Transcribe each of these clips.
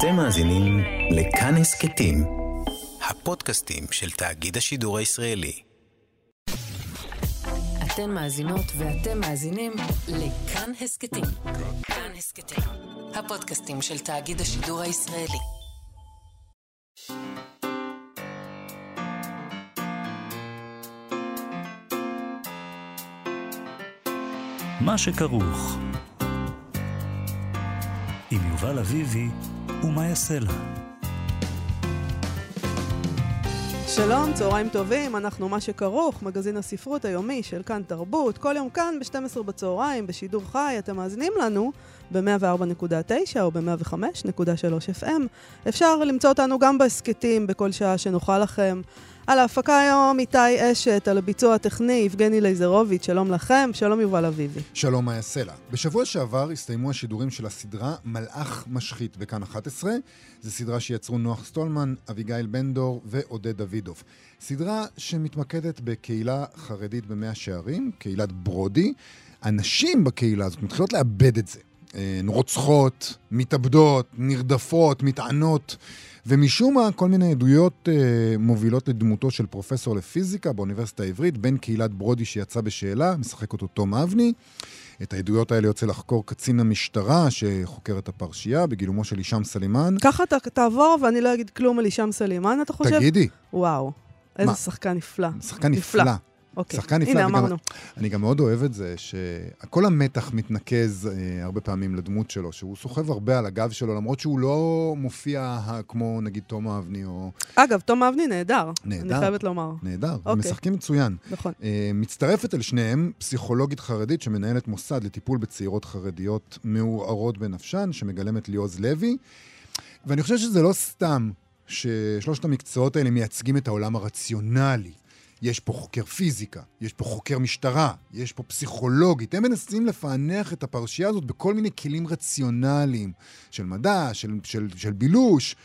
אתם מאזינים לכאן הסכתים, הפודקאסטים של תאגיד השידור הישראלי. אתן מאזינות ואתם מאזינים לכאן הסכתים. כאן הסכתים, הפודקאסטים של תאגיד השידור הישראלי. מה שכרוך עם יובל אביבי ומה יעשה לה. שלום, צהריים טובים, אנחנו מה שכרוך, מגזין הספרות היומי של כאן תרבות, כל יום כאן ב-12 בצהריים, בשידור חי, אתם מאזינים לנו ב-104.9 או ב-105.3 FM. אפשר למצוא אותנו גם בהסכתים בכל שעה שנוכל לכם. על ההפקה היום איתי אשת, על הביצוע הטכני יבגני לייזרוביץ', שלום לכם, שלום יובל אביבי. שלום מה יעשה לה. בשבוע שעבר הסתיימו השידורים של הסדרה מלאך משחית בכאן 11. זו סדרה שיצרו נוח סטולמן, אביגיל בנדור ועודד דוידוב. סדרה שמתמקדת בקהילה חרדית במאה שערים, קהילת ברודי. אנשים בקהילה הזאת מתחילות לאבד את זה. רוצחות, מתאבדות, נרדפות, מתענות. ומשום מה, כל מיני עדויות מובילות לדמותו של פרופסור לפיזיקה באוניברסיטה העברית, בין קהילת ברודי שיצא בשאלה, משחק אותו תום אבני. את העדויות האלה יוצא לחקור קצין המשטרה שחוקר את הפרשייה, בגילומו של הישאם סלימאן. ככה תעבור ואני לא אגיד כלום על הישאם סלימאן, אתה חושב? תגידי. וואו, איזה שחקן נפלא. שחקן נפלא. אוקיי, שחקן נפלא. הנה אמרנו. אני גם מאוד אוהב את זה, שכל המתח מתנקז הרבה פעמים לדמות שלו, שהוא סוחב הרבה על הגב שלו, למרות שהוא לא מופיע כמו נגיד תום אבני או... אגב, תום אבני נהדר. נהדר. אני חייבת לומר. נהדר, אוקיי. ומשחקים מצוין. נכון. מצטרפת אל שניהם פסיכולוגית חרדית שמנהלת מוסד לטיפול בצעירות חרדיות מעורערות בנפשן, שמגלמת ליאוז לוי. ואני חושב שזה לא סתם ששלושת המקצועות האלה מייצגים את העולם הרציונלי. יש פה חוקר פיזיקה, יש פה חוקר משטרה, יש פה פסיכולוגית. הם מנסים לפענח את הפרשייה הזאת בכל מיני כלים רציונליים, של מדע, של בילוש,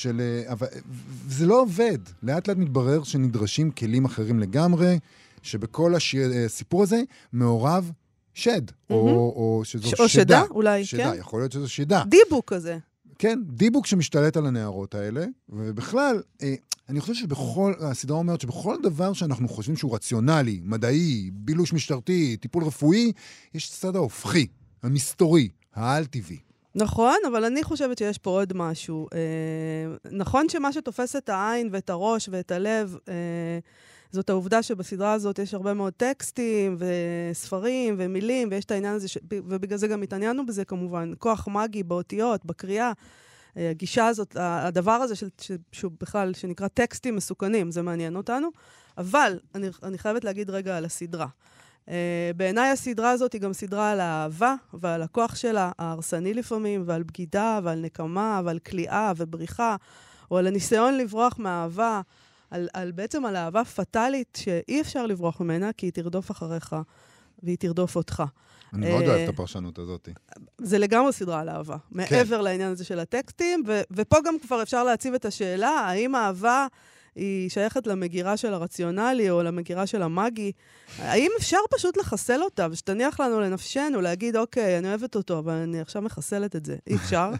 וזה לא עובד. לאט לאט מתברר שנדרשים כלים אחרים לגמרי, שבכל הסיפור הזה מעורב שד, או שזו שדה. או שדה, אולי, שדה, כן? יכול להיות שזו שדה. דיבוק כזה. כן, דיבוק שמשתלט על הנערות האלה, ובכלל, אני חושב הסדרה אומרת שבכל דבר שאנחנו חושבים שהוא רציונלי, מדעי, בילוש משטרתי, טיפול רפואי, יש צד ההופכי, המסתורי, העל-טבעי. נכון, אבל אני חושבת שיש פה עוד משהו. נכון שמה שתופס את העין ואת הראש ואת הלב, זאת העובדה שבסדרה הזאת יש הרבה מאוד טקסטים וספרים ומילים, ויש את העניין הזה, ובגלל זה גם התעניינו בזה כמובן, כוח מגי באותיות, בקריאה, הגישה הזאת, הדבר הזה שהוא בכלל, שנקרא טקסטים מסוכנים, זה מעניין אותנו, אבל אני חייבת להגיד רגע על הסדרה. בעיניי הסדרה הזאת היא גם סדרה על האהבה ועל הכוח שלה, ההרסני לפעמים, ועל בגידה ועל נקמה ועל כליאה ובריחה, או על הניסיון לברוח מהאהבה, בעצם על אהבה פטלית שאי אפשר לברוח ממנה, כי היא תרדוף אחריך והיא תרדוף אותך. אני מאוד אוהב את הפרשנות הזאת. זה לגמרי סדרה על אהבה, מעבר לעניין הזה של הטקסטים, ופה גם כבר אפשר להציב את השאלה, האם האהבה היא שייכת למגירה של הרציונלי או למגירה של המאגי? האם אפשר פשוט לחסל אותה ושתניח לנו לנפשנו, להגיד, אוקיי, אני אוהבת אותו, אבל אני עכשיו מחסלת את זה. אי אפשר.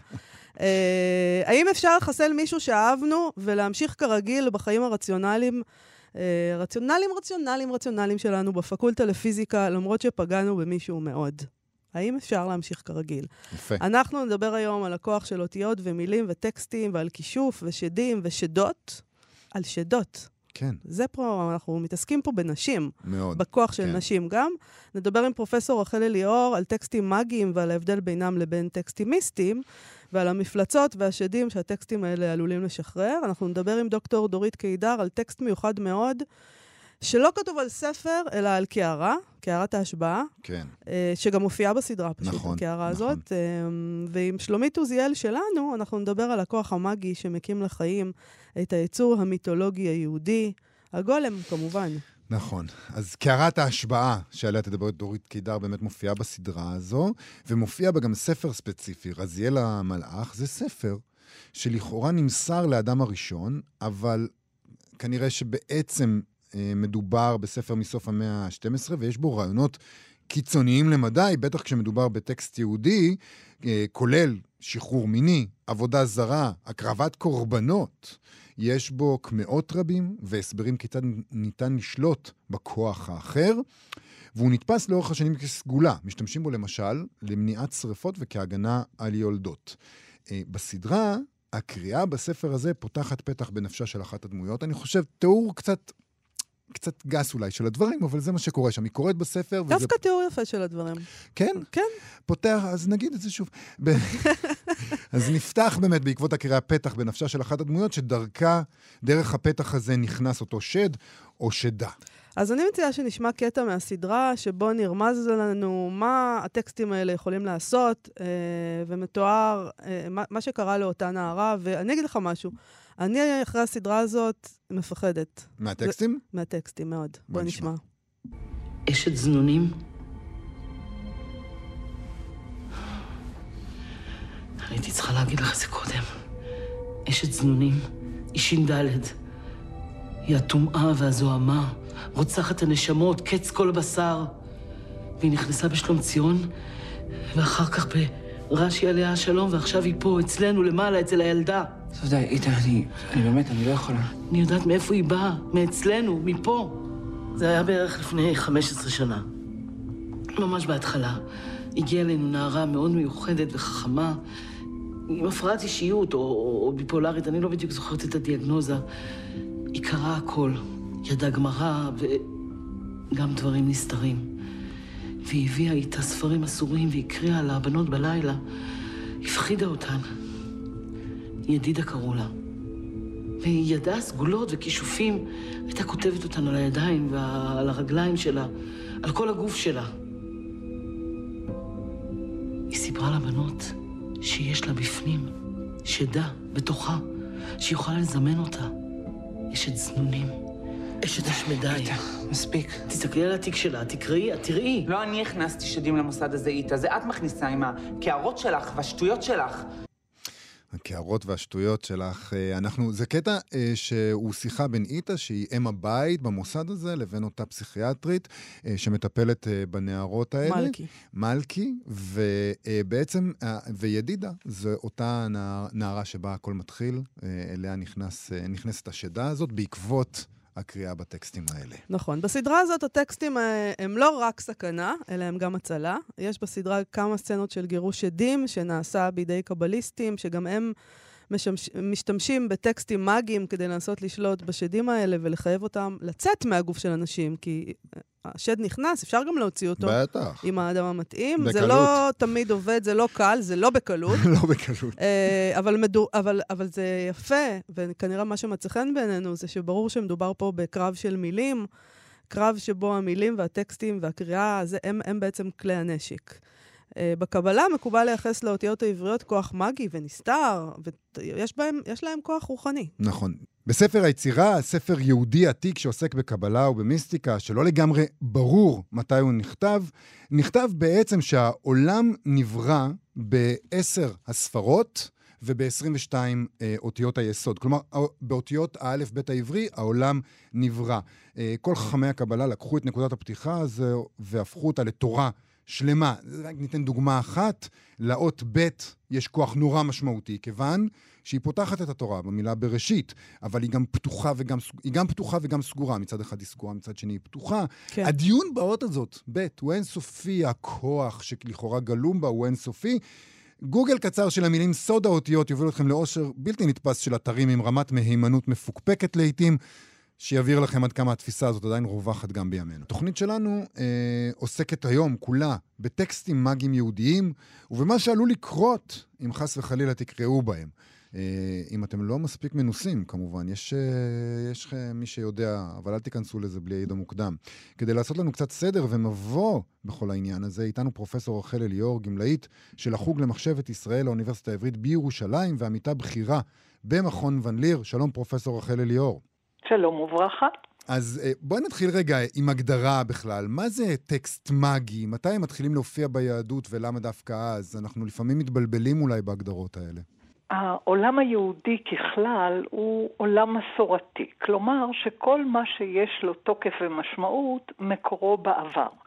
האם אפשר מישהו שאהבנו ולהמשיך כרגיל בחיים הרציונליים, רציונליים שלנו בפקולטה לפיזיקה, למרות שפגענו במישהו מאוד? האם אפשר להמשיך כרגיל? יפה. אנחנו נדבר היום על הכוח של אותיות ומילים וטקסטים ועל כישוף ושדים ושדות, על שדות. כן. זה פה, אנחנו מתעסקים פה בנשים. מאוד. בכוח של כן. נשים גם. נדבר עם פרופסור רחל אליאור על טקסטים מגיים ועל ההבדל בינם לבין טקסטים מיסטיים, ועל המפלצות והשדים שהטקסטים האלה עלולים לשחרר. אנחנו נדבר עם דוקטור דורית קידר על טקסט מיוחד מאוד, שלא כתוב על ספר, אלא על קערה, קערת ההשבעה, כן. שגם מופיעה בסדרה פשוט, נכון, הקערה נכון. הזאת. ועם שלומית עוזיאל שלנו, אנחנו נדבר על הכוח המאגי שמקים לחיים את היצור המיתולוגי היהודי, הגולם כמובן. נכון. אז קערת ההשבעה שעליה תדבר דורית קידר באמת מופיעה בסדרה הזו, ומופיע בה גם ספר ספציפי, רזיאל המלאך. זה ספר שלכאורה נמסר לאדם הראשון, אבל כנראה שבעצם מדובר בספר מסוף המאה ה-12, ויש בו רעיונות קיצוניים למדי, בטח כשמדובר בטקסט יהודי, כולל שחרור מיני, עבודה זרה, הקרבת קורבנות. יש בו כמאות רבים והסברים כיצד ניתן לשלוט בכוח האחר, והוא נתפס לאורך השנים כסגולה. משתמשים בו למשל למניעת שריפות וכהגנה על יולדות. בסדרה, הקריאה בספר הזה פותחת פתח בנפשה של אחת הדמויות. אני חושב, תיאור קצת גס אולי של הדברים, אבל זה מה שקורה שם. היא קוראת בספר וזה... דווקא תיאור יפה של הדברים. כן? כן. פותח, אז נגיד את זה שוב. אז נפתח באמת בעקבות הקריאה פתח בנפשה של אחת הדמויות, שדרכה, דרך הפתח הזה נכנס אותו שד או שדה. אז אני מציעה שנשמע קטע מהסדרה, שבו נרמז לנו מה הטקסטים האלה יכולים לעשות, ומתואר מה שקרה לאותה נערה, ואני אגיד לך משהו, אני אחרי הסדרה הזאת מפחדת. מהטקסטים? מהטקסטים, מאוד. בוא נשמע. אשת זנונים? הייתי צריכה להגיד לך זה קודם. אשת זנונים, אישין דלת. היא הטומאה והזוהמה, רוצחת הנשמות, קץ כל בשר. והיא נכנסה בשלום ציון, ואחר כך ברש"י עליה השלום, ועכשיו היא פה, אצלנו, למעלה, אצל הילדה. טוב, די, איתה, אני באמת, אני לא יכולה. אני יודעת מאיפה היא באה, מאצלנו, מפה. זה היה בערך לפני 15 שנה. ממש בהתחלה. הגיעה אלינו נערה מאוד מיוחדת וחכמה, עם הפרעת אישיות או ביפולרית, אני לא בדיוק זוכרת את הדיאגנוזה. היא קראה הכל, ידעה גמרא וגם דברים נסתרים. והיא הביאה איתה ספרים אסורים והקריאה לבנות בלילה. הפחידה אותן. ידידה קראו לה. והיא ידעה סגולות וכישופים. הייתה כותבת אותן על הידיים ועל הרגליים שלה, על כל הגוף שלה. היא סיפרה לבנות שיש לה בפנים שדה בתוכה, שהיא יכולה לזמן אותה. אשת זנונים, אשת השמדי. איתה, מספיק. תסתכלי על התיק שלה, תקראי, תראי. לא אני הכנסתי שדים למוסד הזה איתה, זה את מכניסה עם הקערות שלך והשטויות שלך. הקערות והשטויות שלך, זה קטע שהוא שיחה בין איתה, שהיא אם הבית במוסד הזה, לבין אותה פסיכיאטרית שמטפלת בנערות האלה. מלכי, ובעצם, וידידה, זו אותה נערה שבה הכל מתחיל, אליה נכנסת השדה הזאת, בעקבות הקריאה בטקסטים האלה. נכון. בסדרה הזאת הטקסטים הם לא רק סכנה, אלא הם גם הצלה. יש בסדרה כמה סצנות של גירוש שדים שנעשה בידי קבליסטים, שגם הם משתמשים בטקסטים מאגיים כדי לנסות לשלוט בשדים האלה ולחייב אותם לצאת מהגוף של אנשים, כי השד נכנס, אפשר גם להוציא אותו. בטח. עם האדם המתאים. בקלות. זה לא תמיד עובד, זה לא קל, זה לא בקלות. לא בקלות. אבל זה יפה, וכנראה מה שמצא חן בעינינו זה שברור שמדובר פה בקרב של מילים, קרב שבו המילים והטקסטים והקריאה, הם בעצם כלי הנשק. בקבלה מקובל לייחס לאותיות העבריות כוח מגי ונסתר, ויש להם כוח רוחני. נכון. בספר היצירה, ספר יהודי עתיק שעוסק בקבלה ובמיסטיקה, שלא לגמרי ברור מתי הוא נכתב בעצם שהעולם נברא ב10 הספרות וב22 אותיות היסוד. כלומר, באותיות האלף בית העברי, העולם נברא. כל חכמי הקבלה לקחו את נקודת הפתיחה הזו והפכו אותה לתורה שלמה. רק ניתן דוגמה אחת, לאות ב' יש כוח נורא משמעותי, כיוון שהיא פותחת את התורה במילה בראשית, אבל היא גם פתוחה וגם סגורה. מצד אחד היא סגורה, מצד שני היא פתוחה. כן. הדיון באות הזאת, ב' הוא אינסופי, הכוח שלכאורה גלום בה הוא אינסופי. גוגל קצר של המילים סוד האותיות יוביל אתכם לאושר בלתי נתפס של אתרים עם רמת מהימנות מפוקפקת לעתים, שיבהיר לכם עד כמה התפיסה הזאת עדיין רווחת גם בימינו. התוכנית שלנו עוסקת היום כולה בטקסטים מאגיים יהודיים, ובמה שעלול לקרות אם חס וחלילה תקראו בהם. אם אתם לא מספיק מנוסים, כמובן, יש מי שיודע, אבל אל תיכנסו לזה בלי הידע מוקדם. כדי לעשות לנו קצת סדר ומבוא בכל העניין הזה, איתנו פרופסור רחל אליאור, גמלאית של החוג למחשבת ישראל לאוניברסיטה העברית בירושלים, ועמיתה בכירה במכון ון ליר. שלום פרופסור רחל אליאור. שלום וברכה. אז בואי נתחיל רגע עם הגדרה בכלל. מה זה טקסט מאגי? מתי הם מתחילים להופיע ביהדות ולמה דווקא אז? אנחנו לפעמים מתבלבלים אולי בהגדרות האלה. העולם היהודי ככלל הוא עולם מסורתי. כלומר שכל מה שיש לו תוקף ומשמעות מקורו בעבר.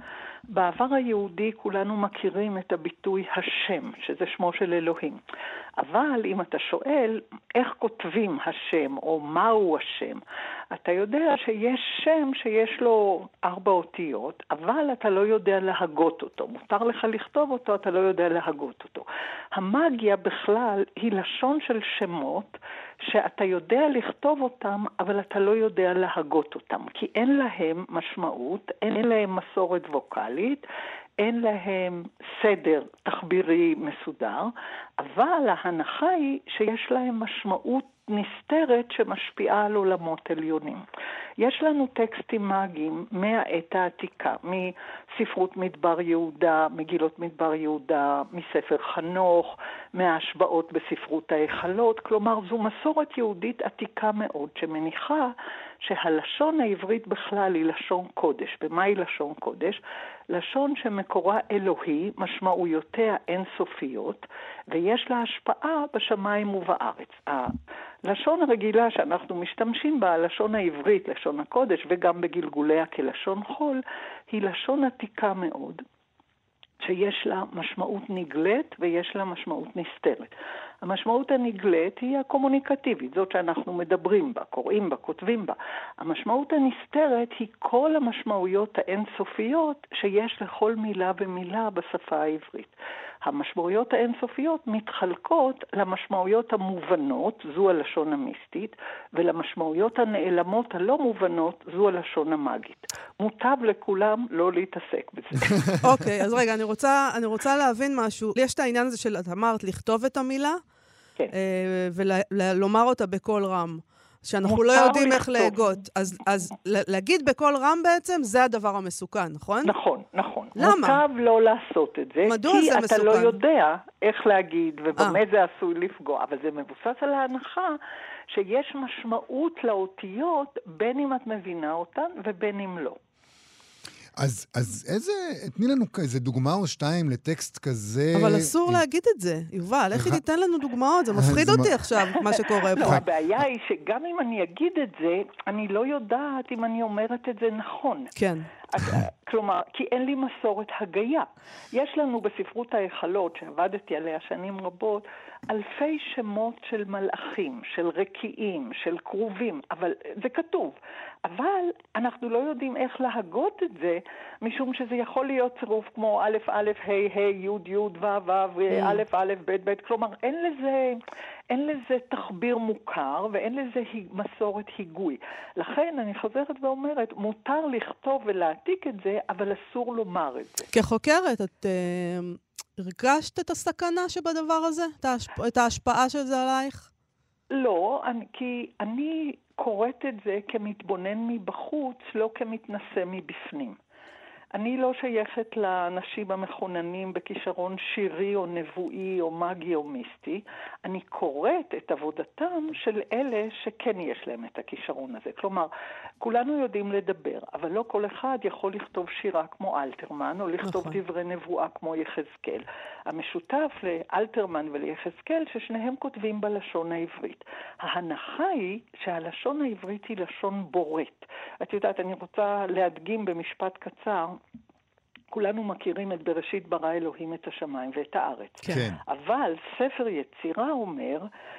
בעבר היהודי כולנו מכירים את הביטוי השם, שזה שמו של אלוהים. אבל אם אתה שואל איך כותבים השם או מהו השם, אתה יודע שיש שם שיש לו 4 אותיות, אבל אתה לא יודע להגות אותו. מותר לך לכתוב אותו, אתה לא יודע להגות אותו. המאגיה בכלל היא לשון של שמות שאתה יודע לכתוב אותם, אבל אתה לא יודע להגות אותם, כי אין להם משמעות, אין להם מסורת ווקלית, אין להם סדר תחבירי מסודר, אבל ההנחה היא שיש להם משמעות נסתרת שמשפיעה על עולמות עליונים. יש לנו טקסטים מאגיים מהעת העתיקה, מספרות מדבר יהודה, מגילות מדבר יהודה, מספר חנוך, מההשבעות בספרות ההיכלות, כלומר זו מסורת יהודית עתיקה מאוד שמניחה שהלשון העברית בכלל היא לשון קודש. במה היא לשון קודש? לשון שמקורה אלוהי, משמעויותיה אינסופיות, ויש לה השפעה בשמיים ובארץ. הלשון הרגילה שאנחנו משתמשים בה, הלשון העברית, לשון הקודש, וגם בגלגוליה כלשון חול, היא לשון עתיקה מאוד, שיש לה משמעות נגלית ויש לה משמעות נסתרת. המשמעות הנגלית היא הקומוניקטיבית, זאת שאנחנו מדברים בה, קוראים בה, כותבים בה. המשמעות הנסתרת היא כל המשמעויות האינסופיות שיש לכל מילה ומילה בשפה העברית. המשמעויות האינסופיות מתחלקות למשמעויות המובנות, זו הלשון המיסטית, ולמשמעויות הנעלמות הלא מובנות, זו הלשון המאגית. מוטב לכולם לא להתעסק בזה. אוקיי, אז רגע, אני רוצה להבין משהו. יש את העניין הזה של, את אמרת, לכתוב את המילה, כן. ולומר אותה בקול רם. שאנחנו לא יודעים איך להגות. אז להגיד בקול רם בעצם, זה הדבר המסוכן, נכון? נכון, נכון. למה? מוטב לא לעשות את זה, מדוע זה מסוכן? כי אתה לא יודע איך להגיד ובמה זה עשוי לפגוע. אבל זה מבוסס על ההנחה שיש משמעות לאותיות, בין אם את מבינה אותן ובין אם לא. אז תני לנו איזה דוגמה או שתיים לטקסט כזה. אבל אסור להגיד את זה, יובל, איך היא תיתן לנו דוגמאות? זה מפחיד אותי עכשיו, מה שקורה פה. הבעיה היא שגם אם אני אגיד את זה, אני לא יודעת אם אני אומרת את זה נכון. כן. כלומר, כי אין לי מסורת הגיה. יש לנו בספרות ההיכלות, שעבדתי עליה שנים רבות, אלפי שמות של מלאכים, של רקיעים, של קרובים, אבל זה כתוב. אבל אנחנו לא יודעים איך להגות את זה, משום שזה יכול להיות צירוף כמו א', א', ה', ה', י', י', ו', ו', א', א', ב', ב', כלומר אין לזה תחביר מוכר ואין לזה מסורת היגוי. לכן אני חוזרת ואומרת, מותר לכתוב ולהעתיק את זה, אבל אסור לומר את זה. כחוקרת, את הרגשת את הסכנה שבדבר הזה? את ההשפעה של זה עלייך? לא, כי אני קוראת את זה כמתבונן מבחוץ, לא כמתנסה מבפנים. אני לא שייכת לאנשים המכוננים בכישרון שירי או נבואי או מגי או מיסטי. אני קוראת את עבודתם של אלה שכן יש להם את הכישרון הזה. כלומר, כולנו יודעים לדבר, אבל לא כל אחד יכול לכתוב שירה כמו אלתרמן או לכתוב דברי נבואה כמו יחזקאל. המשותף לאלתרמן וליחזקאל ששניהם כותבים בלשון העברית. ההנחה היא שהלשון העברית היא לשון בורט. את יודעת, אני רוצה להדגים במשפט קצר, כולנו מכירים את בראשית ברא אלוהים את השמיים ואת הארץ. כן. אבל ספר יצירה אומר,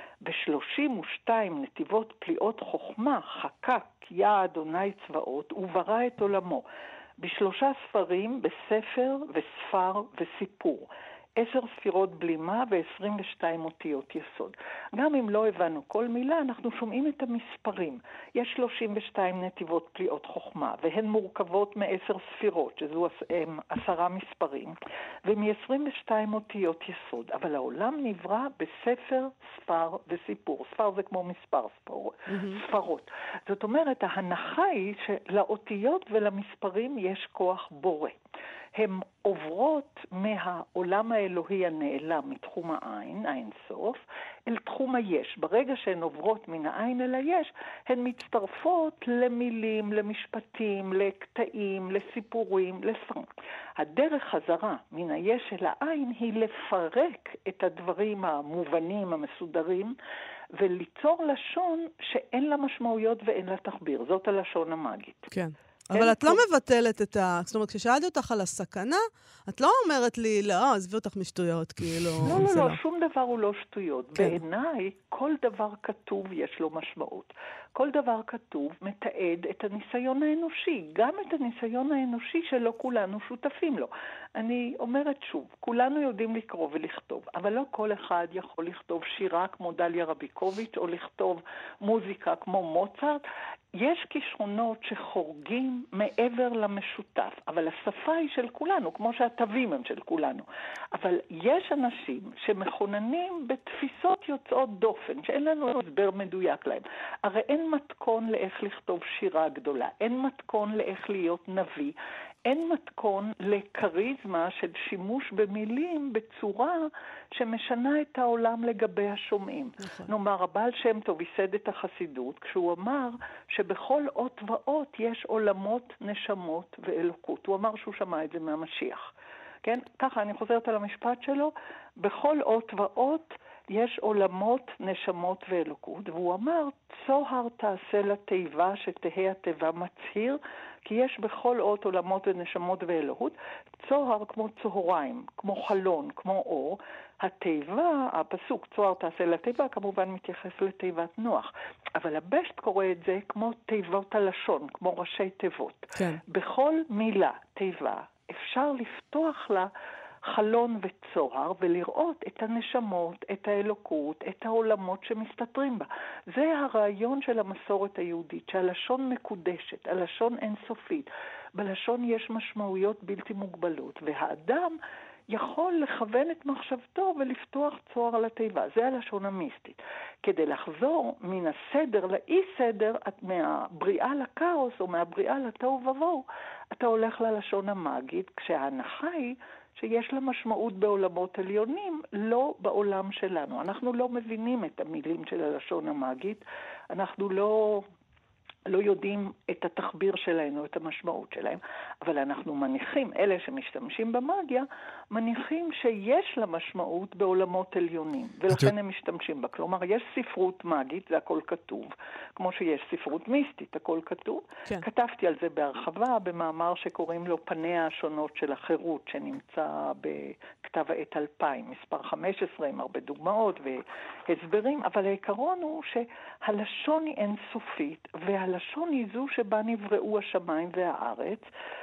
ב32 נתיבות פליאות חוכמה חקק יה אדוני צבאות וברא את עולמו. ב3 ספרים, בספר וספר וסיפור. 10 ספירות בלימה ו22 אותיות יסוד. גם אם לא הבנו כל מילה, אנחנו שומעים את המספרים. יש 32 נתיבות פליאות חוכמה, והן מורכבות מ10 ספירות, שזו 10 מספרים, ומ22 אותיות יסוד. אבל העולם נברא בספר, ספר וסיפור. ספר זה כמו מספר ספרות. זאת אומרת, ההנחה היא שלאותיות ולמספרים יש כוח בורא. הן עוברות מהעולם האלוהי הנעלם מתחום העין, האינסוף, אל תחום היש. ברגע שהן עוברות מן העין אל היש, הן מצטרפות למילים, למשפטים, לקטעים, לסיפורים, לספרים. הדרך חזרה מן היש אל העין היא לפרק את הדברים המובנים, המסודרים, וליצור לשון שאין לה משמעויות ואין לה תחביר. זאת הלשון המאגית. כן. אבל את לא מבטלת את זאת אומרת, כששאלתי אותך על הסכנה, את לא אומרת לי, לא, עזבי אותך משטויות, כאילו... לא, שום דבר הוא לא שטויות. בעיניי, כל דבר כתוב יש לו משמעות. כל דבר כתוב מתעד את הניסיון האנושי, גם את הניסיון האנושי שלא כולנו שותפים לו. אני אומרת שוב, כולנו יודעים לקרוא ולכתוב, אבל לא כל אחד יכול לכתוב שירה כמו דליה רביקוביץ' או לכתוב מוזיקה כמו מוצרט. יש כישרונות שחורגים מעבר למשותף, אבל השפה היא של כולנו, כמו שהתווים הם של כולנו. אבל יש אנשים שמכוננים בתפיסות יוצאות דופן, שאין לנו הסבר מדויק להם. הרי אין מתכון לאיך לכתוב שירה גדולה, אין מתכון לאיך להיות נביא, אין מתכון לקריזמה של שימוש במילים בצורה שמשנה את העולם לגבי השומעים. נכון. נאמר, הבעל שם טוב ייסד את החסידות כשהוא אמר שבכל אות ואות יש עולמות, נשמות ואלוקות. הוא אמר שהוא שמע את זה מהמשיח. כן? ככה אני חוזרת על המשפט שלו, בכל אות ואות יש עולמות, נשמות ואלוקות. והוא אמר, צוהר תעשה לתיבה שתהה התיבה מצהיר, כי יש בכל אות עולמות ונשמות ואלוהות, צוהר כמו צהריים, כמו חלון, כמו אור. התיבה, הפסוק צוהר תעשה לתיבה, כמובן מתייחס לתיבת נוח. אבל הבשט קורא את זה כמו תיבות הלשון, כמו ראשי תיבות. כן. בכל מילה, תיבה, אפשר לפתוח לה חלון וצוהר ולראות את הנשמות, את האלוקות, את העולמות שמסתתרים בה. זה הרעיון של המסורת היהודית, שהלשון מקודשת, הלשון אינסופית. בלשון יש משמעויות בלתי מוגבלות, והאדם יכול לכוון את מחשבתו ולפתוח צוהר על התיבה. זה הלשון המיסטית. כדי לחזור מן הסדר לאי סדר, מהבריאה לקאוס או מהבריאה לתוהו ובוהו, אתה הולך ללשון המאגית, כשההנחה היא שיש לה משמעות בעולמות עליונים, לא בעולם שלנו. אנחנו לא מבינים את המילים של הלשון המאגית, אנחנו לא יודעים את התחביר שלנו, את המשמעות שלהם, אבל אנחנו מניחים, אלה שמשתמשים במאגיה, מניחים שיש לה משמעות בעולמות עליונים, ולכן הם משתמשים בה. כלומר, יש ספרות מאגית, זה הכל כתוב, כמו שיש ספרות מיסטית, הכל כתוב. כן. כתבתי על זה בהרחבה, במאמר שקוראים לו פניה השונות של החירות, שנמצא בכתב העת 2000, מספר 15, עם הרבה דוגמאות והסברים, אבל העיקרון הוא שהלשון היא אינסופית, והלשון היא זו שבה נבראו השמיים והארץ,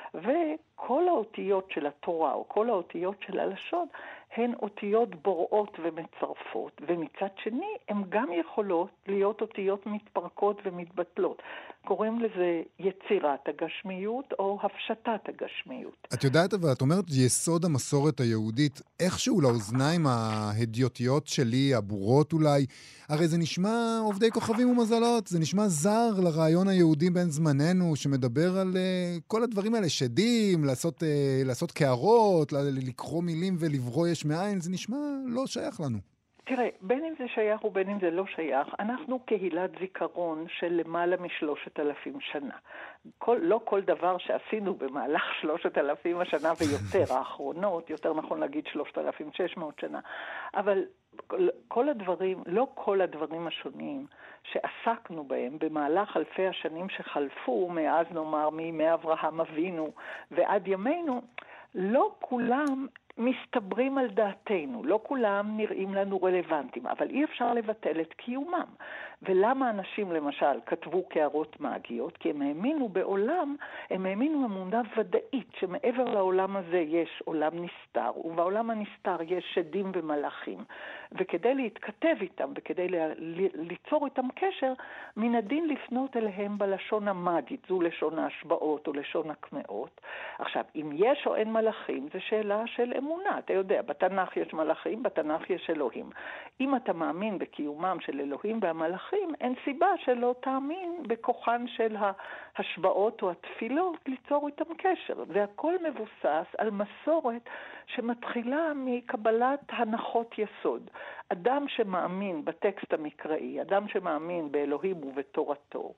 וכל האותיות של התורה או כל האותיות של הלשון הן אותיות בוראות ומצרפות, ומצד שני הן גם יכולות להיות אותיות מתפרקות ומתבטלות. קוראים לזה יצירת הגשמיות או הפשטת הגשמיות. את יודעת, אבל את אומרת יסוד המסורת היהודית, איכשהו לאוזניים ההדיוטיות שלי, הבורות אולי, הרי זה נשמע עובדי כוכבים ומזלות, זה נשמע זר לרעיון היהודי בין זמננו, שמדבר על כל הדברים האלה, שדים, לעשות קערות, לקרוא מילים ולברוא יש מאין, זה נשמע לא שייך לנו. תראה, בין אם זה שייך ובין אם זה לא שייך, אנחנו קהילת זיכרון של למעלה מ3,000 שנה. לא כל דבר שעשינו במהלך 3,000 השנה ויותר, האחרונות, יותר נכון להגיד 3,600 שנה, אבל כל הדברים, לא כל הדברים השונים שעסקנו בהם במהלך אלפי השנים שחלפו, מאז נאמר מימי אברהם אבינו ועד ימינו, לא כולם מסתברים על דעתנו, לא כולם נראים לנו רלוונטיים, אבל אי אפשר לבטל את קיומם. ולמה אנשים למשל כתבו קערות מאגיות? כי הם האמינו בעולם, הם האמינו אמונה ודאית שמעבר לעולם הזה יש עולם נסתר, ובעולם הנסתר יש שדים ומלאכים. וכדי להתכתב איתם וכדי ליצור איתם קשר, מן הדין לפנות אליהם בלשון המאגית, זו לשון ההשבעות או לשון הקמאות. עכשיו, אם יש או אין מלאכים, זו שאלה של אמונה. אתה יודע, בתנ"ך יש מלאכים, בתנ"ך יש אלוהים. אם אתה מאמין בקיומם של אלוהים והמלאכים, אין סיבה שלא תאמין בכוחן של ההשבעות או התפילות ליצור איתם קשר. והכל מבוסס על מסורת שמתחילה מקבלת הנחות יסוד. אדם שמאמין בטקסט המקראי, אדם שמאמין באלוהים ובתורתו,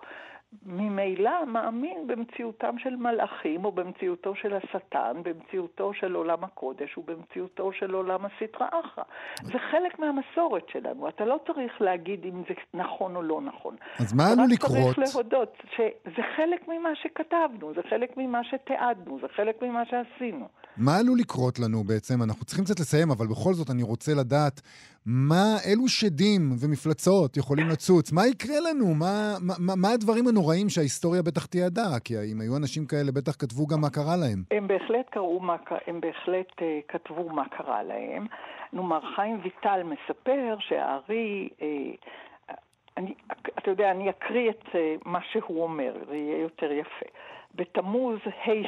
ממילא מאמין במציאותם של מלאכים או במציאותו של השטן, במציאותו של עולם הקודש שהוא במציאותו של עולם הסטרא אחרא. זה חלק מהמסורת שלנו. אתה לא צריך להגיד אם זה נכון או לא נכון. אז מה עלול לקרות? רק צריך להודות שזה חלק ממה שכתבנו, זה חלק ממה שתיעדנו, זה חלק ממה שעשינו. מה עלול לקרות לנו בעצם? אנחנו צריכים קצת לסיים, אבל בכל זאת אני רוצה לדעת אילו שדים ומפלצות יכולים לצוץ? מה יקרה לנו? מה הדברים הנוראים שההיסטוריה בטח תיעדה? כי אם היו אנשים כאלה, בטח כתבו גם מה קרה להם. הם בהחלט כתבו מה קרה להם. נאמר, חיים ויטל מספר שהארי... אתה יודע, אני אקריא את מה שהוא אומר, זה יהיה יותר יפה. בתמוז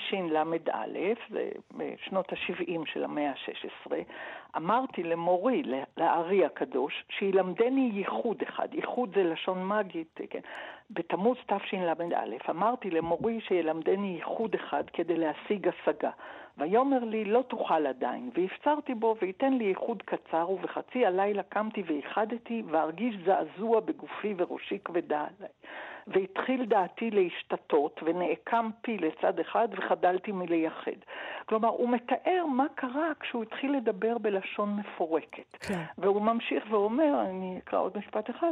ה' זה בשנות ה-70 של המאה ה-16, אמרתי למורי, לארי הקדוש, שילמדני ייחוד אחד. ייחוד זה לשון מגית, כן? בתמוז תשל"א, אמרתי למורי שילמדני ייחוד אחד כדי להשיג השגה. ויאמר לי, לא תוכל עדיין, והפצרתי בו וייתן לי ייחוד קצר, ובחצי הלילה קמתי וייחדתי, והרגיש זעזוע בגופי וראשי כבדה עליי. והתחיל דעתי להשתתות, ונעקם פי לצד אחד, וחדלתי מלייחד. כלומר, הוא מתאר מה קרה כשהוא התחיל לדבר בלשון מפורקת. כן. והוא ממשיך ואומר, אני אקרא עוד משפט אחד,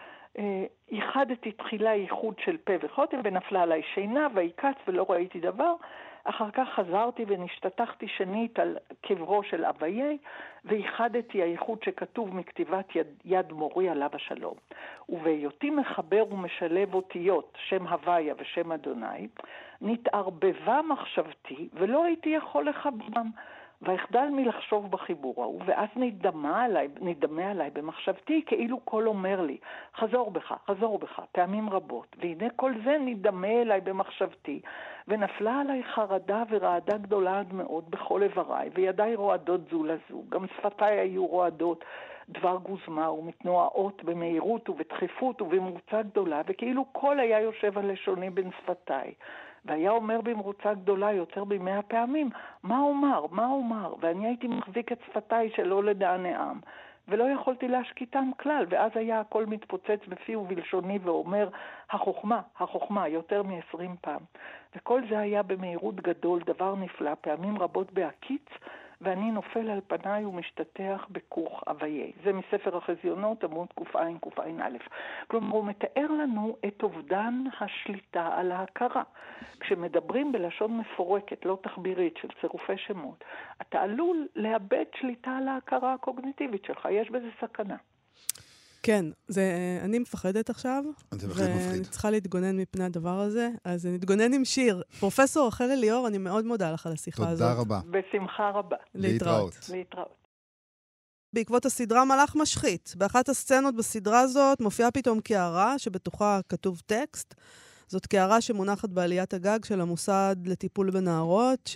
ייחדתי תחילה ייחוד של פה וחותם, ונפלה עליי שינה, ויקץ ולא ראיתי דבר. אחר כך חזרתי ונשתתחתי שנית על קברו של אביי, וייחדתי הייחוד שכתוב מכתיבת יד מורי עליו השלום. ובהיותי מחבר ומשלב אותיות, שם הוויה ושם אדוני, נתערבבה מחשבתי ולא הייתי יכול לחברם. והחדל מלחשוב בחיבור ההוא, ואז נדמה עליי במחשבתי, כאילו כל אומר לי, חזור בך, פעמים רבות, והנה כל זה נדמה אליי במחשבתי, ונפלה עליי חרדה ורעדה גדולה עד מאוד בכל איבריי, וידיי רועדות זו לזו, גם שפתיי היו רועדות, דבר גוזמה ומתנועות במהירות ובדחיפות ובמרוצה גדולה, וכאילו כל היה יושב על לשוני בין שפתיי. והיה אומר במרוצה גדולה יותר ב100 פעמים, מה אומר? ואני הייתי מחזיק את שפתיי שלא לדעני עם, ולא יכולתי להשקיטם כלל, ואז היה הכל מתפוצץ בפי ובלשוני ואומר, החוכמה, יותר מ20 פעם. וכל זה היה במהירות גדול, דבר נפלא, פעמים רבות בהקיץ, ואני נופל על פניי ומשתתח בכוך אביי. זה מספר החזיונות, עמוד קע"א. כלומר, הוא מתאר לנו את אובדן השליטה על ההכרה. כשמדברים בלשון מפורקת, לא תחבירית, של צירופי שמות, אתה עלול לאבד שליטה על ההכרה הקוגניטיבית שלך. יש בזה סכנה. כן, אני מפחדת עכשיו, ואני צריכה להתגונן מפני הדבר הזה, אז נתגונן עם שיר. פרופסור רחל אליאור, אני מאוד מודה לך על השיחה הזאת. תודה רבה. בשמחה רבה. להתראות. בעקבות הסדרה מלאך משחית, באחת הסצנות בסדרה הזאת מופיעה פתאום קערה שבתוכה כתוב טקסט. זאת קערה שמונחת בעליית הגג של המוסד לטיפול בנערות,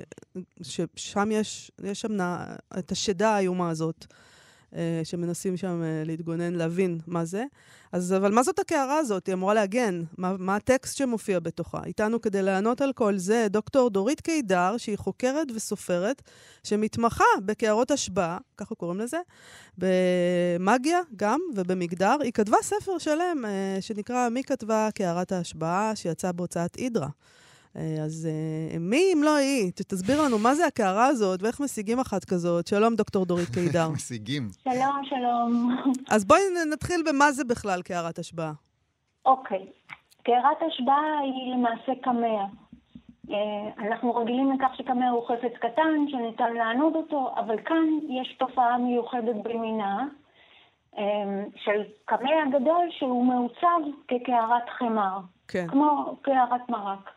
ששם יש שם את השדה האיומה הזאת. שמנסים שם להתגונן, להבין מה זה. אבל מה זאת הקערה הזאת? היא אמורה להגן. מה הטקסט שמופיע בתוכה? איתנו כדי לענות על כל זה, דוקטור דורית קידר, שהיא חוקרת וסופרת, שמתמחה בקערות השבעה, ככה קוראים לזה, במאגיה גם ובמגדר. היא כתבה ספר שלם שנקרא מי כתבה קערת ההשבעה, שיצא בהוצאת אידרה. אז מי אם לא היא? תסביר לנו מה זה הקערה הזאת ואיך משיגים אחת כזאת. שלום דוקטור דורית קידר. משיגים. שלום. אז בואי נתחיל במה זה בכלל קערת השבעה. אוקיי. קערת השבעה היא למעשה קמע. אנחנו רגילים לכך שקמע הוא חפץ קטן שניתן לענוד אותו, אבל כאן יש תופעה מיוחדת במינה של קמע גדול שהוא מעוצב כקערת חמר. כן. כמו קערת מרק.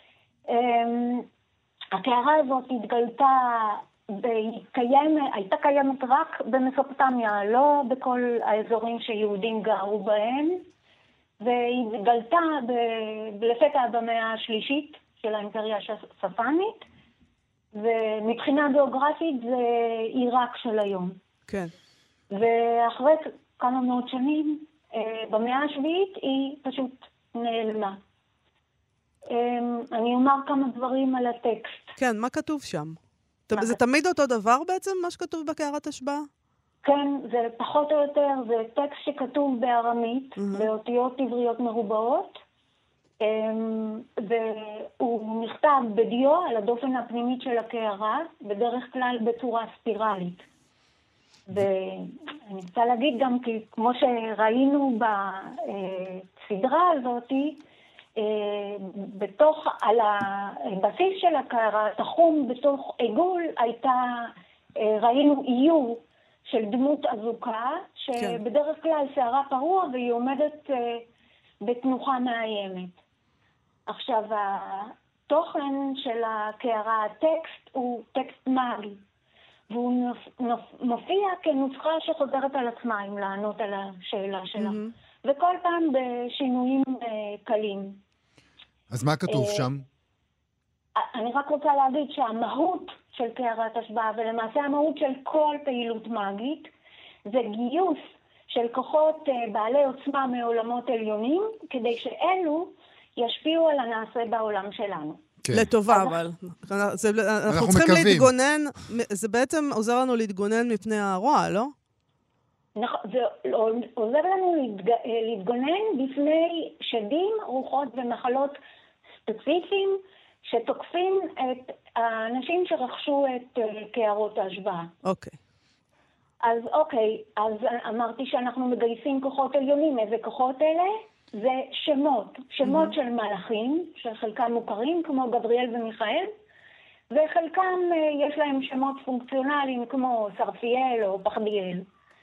הקערה הזאת התגלתה, הייתה קיימת רק במסופוטמיה, לא בכל האזורים שיהודים גרו בהם, והיא התגלתה לפתע במאה השלישית של האימפריה הספנית, ומבחינה גיאוגרפית זה עיראק של היום. כן. ואחרי כמה מאות שנים, במאה השביעית היא פשוט נעלמה. אני אומר כמה דברים על הטקסט. כן, מה כתוב שם? זה תמיד אותו דבר בעצם, מה שכתוב בקערת השבעה? כן, זה פחות או יותר, זה טקסט שכתוב בארמית, באותיות עבריות מרובעות, והוא נכתב בדיו על הדופן הפנימית של הקערה, בדרך כלל בצורה ספירלית. ואני רוצה להגיד גם כי כמו שראינו בסדרה הזאת, על הבסיס של הקערה, תחום בתוך עיגול, ראינו איור של דמות אזוקה, שבדרך כלל שערה פרוע והיא עומדת בתנוחה מאיימת. עכשיו, התוכן של הקערה, הטקסט, הוא טקסט מאגי, והוא מופיע כנוסחה שחוזרת על עצמה, אם לענות על השאלה שלה. וכל פעם בשינויים קלים. אז מה כתוב שם? אני רק רוצה להגיד שהמהות של קערת השבעה, ולמעשה המהות של כל פעילות מאגית, זה גיוס של כוחות בעלי עוצמה מעולמות עליונים, כדי שאלו ישפיעו על הנעשה בעולם שלנו. לטובה, אבל. אנחנו צריכים להתגונן, זה בעצם עוזר לנו להתגונן מפני הרוע, לא? זה עוזר לנו להתגונן בפני שדים, רוחות ומחלות ספציפיים שתוקפים את האנשים שרכשו את קערות ההשבעה. אוקיי. אז אמרתי שאנחנו מגייסים כוחות עליונים. איזה כוחות אלה? זה שמות של מלאכים, שחלקם מוכרים כמו גבריאל ומיכאל, וחלקם יש להם שמות פונקציונליים כמו סרפיאל או פחדיאל.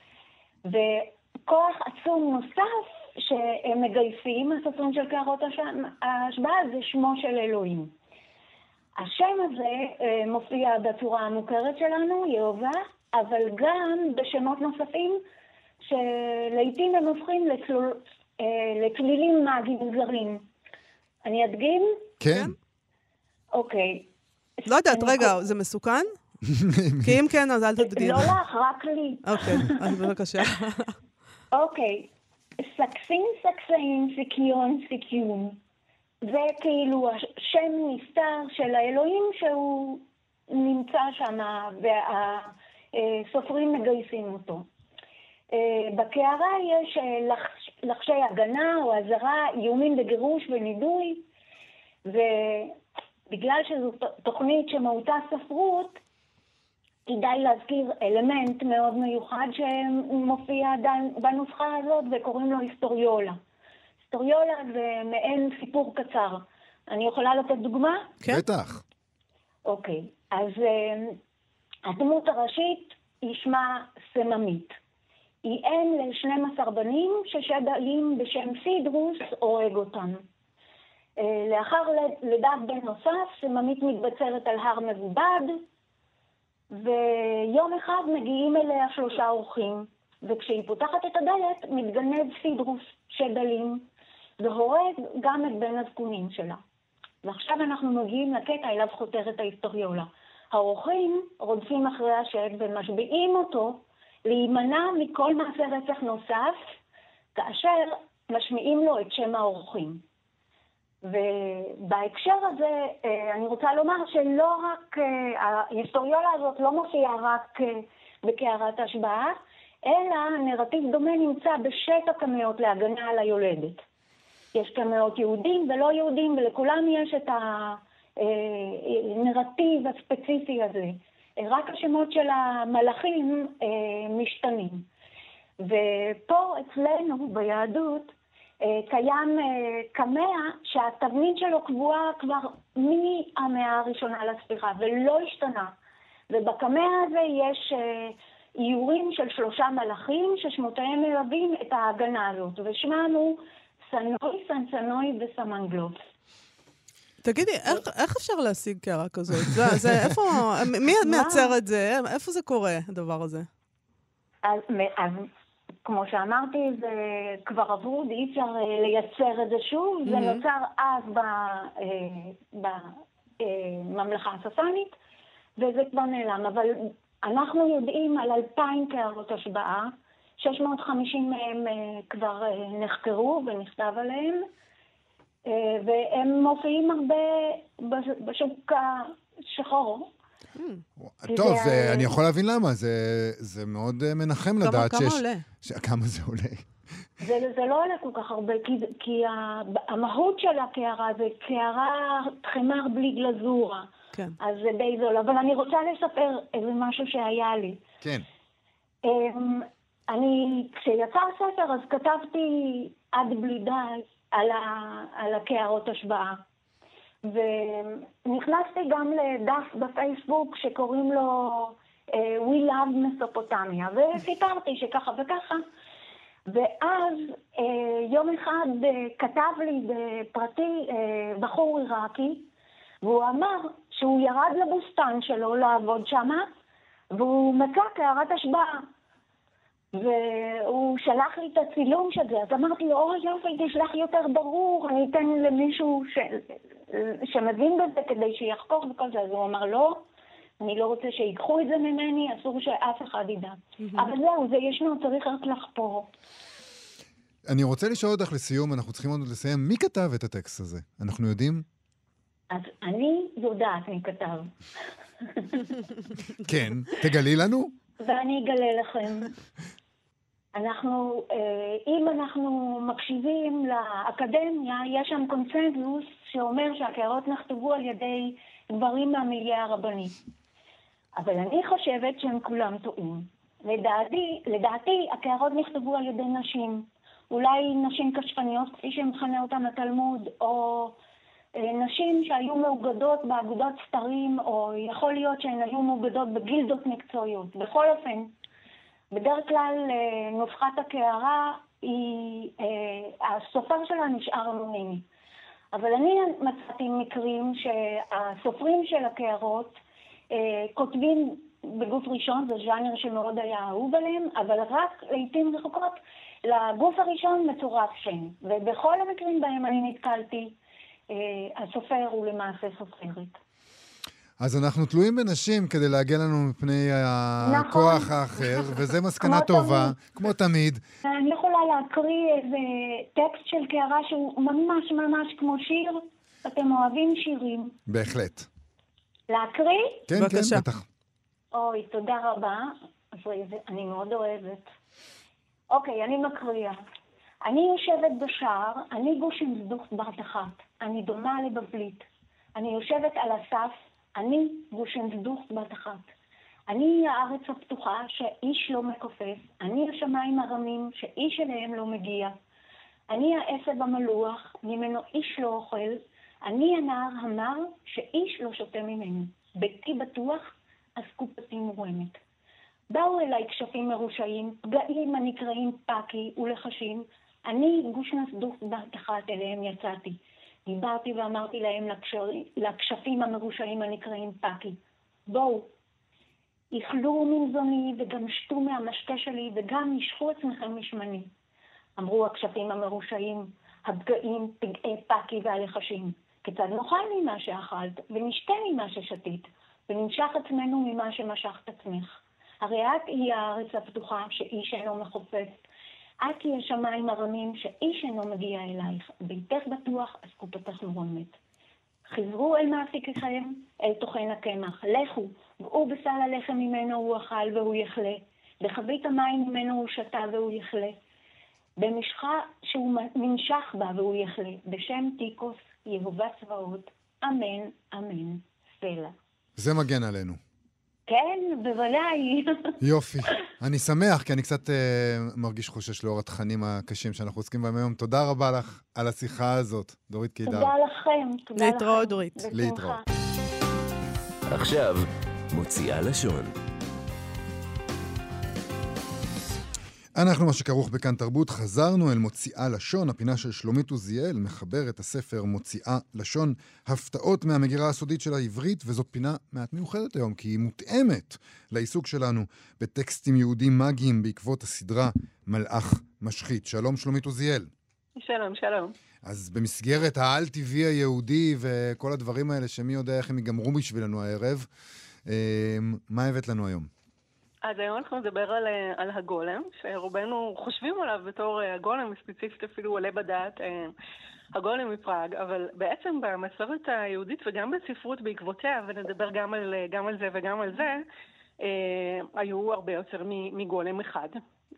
וכוח עצום נוסף שהם מגייסים, הסופרים של קערות ההשבעה, זה שמו של אלוהים. השם הזה מופיע בצורה המוכרת שלנו, יהובה, אבל גם בשמות נוספים שלעיתים הם הופכים לכלילים מאגיים זרים. אני אדגים? כן. אוקיי. לא יודעת, רגע, זה מסוכן? כי אם כן, אז אל תדגים. לא לך, רק לי. אוקיי, אז בבקשה. אוקיי. סקסין, סקסין, סיקיון, סיקיון. זה כאילו השם נסתר של האלוהים שהוא נמצא שם, והסופרים מגייסים אותו. בקערה יש לחשי הגנה או עזרה, איומים בגירוש ונידוי, ובגלל שזו תוכנית שמהותה ספרות, כדאי להזכיר אלמנט מאוד מיוחד שמופיע בנוסחה הזאת וקוראים לו היסטוריולה. היסטוריולה זה מעין סיפור קצר. אני יכולה לתת דוגמה? כן. בטח. אוקיי, אז הדמות הראשית היא שמה סממית. היא אם ל-12 בנים ששדלים בשם סידרוס הורג אותם. לאחר לידת בן נוסף, סממית מתבצרת על הר מבובד, ויום אחד מגיעים אליה 3 אורחים, וכשהיא פותחת את הדלת, מתגנב סידרוס שדלים, והורג גם את בן הזקונים שלה. ועכשיו אנחנו מגיעים לקטע אליו חותרת ההיסטוריולה. האורחים רודפים אחרי השד ומשביעים אותו להימנע מכל מעשה רצח נוסף, כאשר משמיעים לו את שם האורחים. ובהקשר הזה אני רוצה לומר שלא רק, ההיסטוריולה הזאת לא מופיעה רק בקערת השבעה, אלא נרטיב דומה נמצא בשט הקמאות להגנה על היולדת. יש קמאות יהודים ולא יהודים, ולכולם יש את הנרטיב הספציפי הזה. רק השמות של המלאכים משתנים. ופה אצלנו ביהדות קיים קמע שהתבנית שלו קבועה כבר מהמאה הראשונה לספירה ולא השתנה. ובקמע הזה יש איורים של 3 מלאכים ששמותיהם מלווים את ההגנה הזאת, ושמם הוא סנוי, סנסנוי וסמנגלוס. תגידי, איך אפשר להשיג קערה כזאת? איפה, מי מייצר את זה? איפה זה קורה, הדבר הזה? אז כמו שאמרתי, זה כבר עברו, אי אפשר לייצר את זה שוב. זה נוצר אז בממלכה הססנית, וזה כבר נעלם. אבל אנחנו יודעים על 2,000 קערות השבעה, 650 מהם כבר נחקרו ונכתב עליהם, והם מופיעים הרבה בשוק השחור, טוב, אני יכול להבין למה, זה מאוד מנחם לדעת כמה עולה? כמה זה עולה. זה לא עולה כל כך הרבה, כי המהות של הקערה זה קערה חמר בלי גלזורה. כן. אז זה די זול. אבל אני רוצה לספר איזה משהו שהיה לי. כן. כשיצא הספר, אז כתבתי עד בלי די על הקערות השבעה. ונכנסתי גם לדף בפייסבוק שקוראים לו We Love מסופוטמיה, וסיפרתי שככה וככה. ואז יום אחד כתב לי בפרטי בחור עיראקי, והוא אמר שהוא ירד לבוסטן שלו לעבוד שמה, והוא מצא קערת השבעה. והוא שלח לי את הצילום של זה, אז אמרתי לו, אוי יופי, תשלח יותר ברור, אני אתן למישהו שמבין בזה כדי שיחקור וכל זה. אז הוא אמר, לא, אני לא רוצה שיקחו את זה ממני, אסור שאף אחד ידע. אבל זהו, זה ישנו, צריך רק לחפור. אני רוצה לשאול אותך לסיום, אנחנו צריכים עוד לסיים, מי כתב את הטקסט הזה? אנחנו יודעים? אז אני יודעת מי כתב. כן, תגלי לנו. ואני אגלה לכם. אם אנחנו מקשיבים לאקדמיה, יש שם קונצנזוס שאומר שהקערות נכתבו על ידי גברים מהמיליה הרבני. אבל אני חושבת שהם כולם טועים. לדעתי, הקערות נכתבו על ידי נשים. אולי נשים כשפניות, כפי שמכנה אותם התלמוד, או נשים שהיו מאוגדות באגודות סתרים, או יכול להיות שהן היו מאוגדות בגילדות מקצועיות. בכל אופן, בדרך כלל נופחת הקערה, הסופר שלה נשאר אנונימי. אבל אני מצאתי מקרים שהסופרים של הקערות כותבים בגוף ראשון, זה ז'אנר שמאוד היה אהוב עליהם, אבל רק לעתים רחוקות לגוף הראשון מצורף שם. ובכל המקרים בהם אני נתקלתי, הסופר הוא למעשה סופרת. אז אנחנו תלויים בנשים כדי להגיע לנו מפני הכוח האחר, וזה מסקנה טובה, כמו תמיד. אני יכולה להקריא איזה טקסט של קערה שהוא ממש ממש כמו שיר. אתם אוהבים שירים? בהחלט. להקריא? כן, בבקשה. כן, בטח. אוי, תודה רבה. אני מאוד אוהבת. אוקיי, אני מקריאה. אני יושבת בשער, אני גוש עם זדוך בת אחת. אני דומה לבבלית. אני יושבת על הסף, אני גוש עם זדוך בת אחת. אני הארץ הפתוחה שאיש לא מקופף. אני השמיים הרמים שאיש אליהם לא מגיע. אני העשב המלוח, ממנו איש לא אוכל. אני הנער המר שאיש לא שותה ממנו. ביתי בטוח, אז קופתי מורמת. באו אליי כשפים מרושעים, פגעים הנקראים פקי ולחשים. אני גוש נסדוף בת אחת אליהם יצאתי. דיברתי ואמרתי להם לכשפים המרושעים הנקראים פקי. בואו, איכלו ממזוני וגם שתו מהמשקה שלי וגם נשכו עצמכם משמני. אמרו הכשפים המרושעים, הפגעים, פגעי פקי והלחשים. כיצד נאכל ממה שאכלת ונשתה ממה ששתית ונמשך עצמנו ממה שמשכת עצמך. הרי את היא הארץ הפתוחה שאיש אינו מחופף. את היא השמיים הרמים שאיש אינו מגיע אלייך. ביתך בטוח, אז קופתך מורמת. חזרו אל מעסיקכם, אל תוכן הקמח. לכו, גאו בסל הלחם ממנו הוא אכל והוא יחלה. בחבית המים ממנו הוא שתה והוא יחלה. במשחה שהוא מנשך בה והוא יחלה. בשם תיקוס, יהובה צבאות, אמן, אמן, סלע. זה מגן עלינו. כן, בוודאי. יופי. אני שמח, כי אני קצת מרגיש חושש לאור התכנים הקשים שאנחנו עוסקים בהם היום. תודה רבה לך על השיחה הזאת, דורית קידר. תודה לכם. להתראות, דורית. להתראות. עכשיו, מוציאה לשון. אנחנו מה שכרוך בכאן תרבות, חזרנו אל מוציאה לשון, הפינה של שלומית עוזיאל, מחבר את הספר מוציאה לשון, הפתעות מהמגירה הסודית של העברית, וזאת פינה מעט מיוחדת היום, כי היא מותאמת לעיסוק שלנו בטקסטים יהודים מגיים בעקבות הסדרה מלאך משחית. שלום שלומית עוזיאל. שלום, שלום. אז במסגרת העל-טבעי היהודי וכל הדברים האלה, שמי יודע איך הם ייגמרו בשבילנו הערב, מה הבאת לנו היום? אז היום אנחנו נדבר על הגולם, שרובנו חושבים עליו בתור הגולם, ספציפית אפילו עולה בדעת הגולם מפראג, אבל בעצם במסורת היהודית וגם בספרות בעקבותיה, ונדבר גם על זה וגם על זה, היו הרבה יותר מגולם אחד.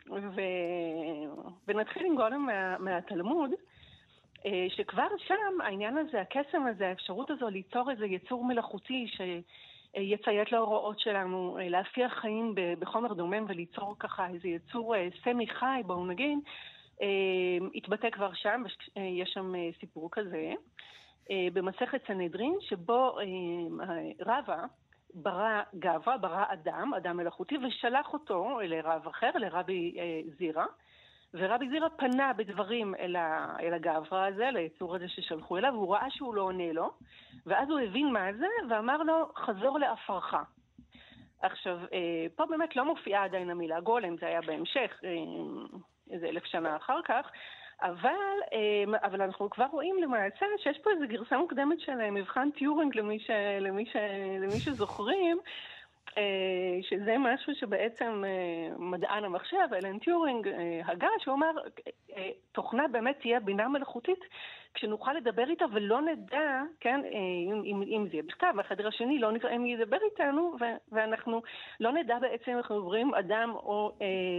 ונתחיל עם גולם מהתלמוד, שכבר שם העניין הזה, הקסם הזה, האפשרות הזו ליצור איזה יצור מלאכותי שיציית להוראות שלנו, להפיח חיים בחומר דומם וליצור ככה איזה יצור סמי חי, בואו נגיד, התבטא כבר שם, יש שם סיפור כזה, במסכת סנהדרין, שבו רבא ברא גברה, ברא אדם מלאכותי, ושלח אותו לרב אחר, לרבי זירא, ורבי זירא פנה בדברים אל הגברה הזה, ליצור הזה ששלחו אליו, והוא ראה שהוא לא עונה לו, ואז הוא הבין מה זה, ואמר לו, חזור לאפרך. עכשיו, פה באמת לא מופיעה עדיין המילה גולם, זה היה בהמשך, איזה 1,000 שנה אחר כך, אבל אנחנו כבר רואים למעשה שיש פה איזו גרסה מוקדמת של מבחן טיורינג למי שזוכרים, שזה משהו שבעצם מדען המחשב, אלן טיורינג, הגה, שהוא אומר, תוכנה באמת תהיה בינה מלאכותית, כשנוכל לדבר איתה ולא נדע, כן, אם זה יהיה בכתב, בחדר השני לא נראה מי ידבר איתנו, ואנחנו לא נדע בעצם אנחנו עוברים אדם או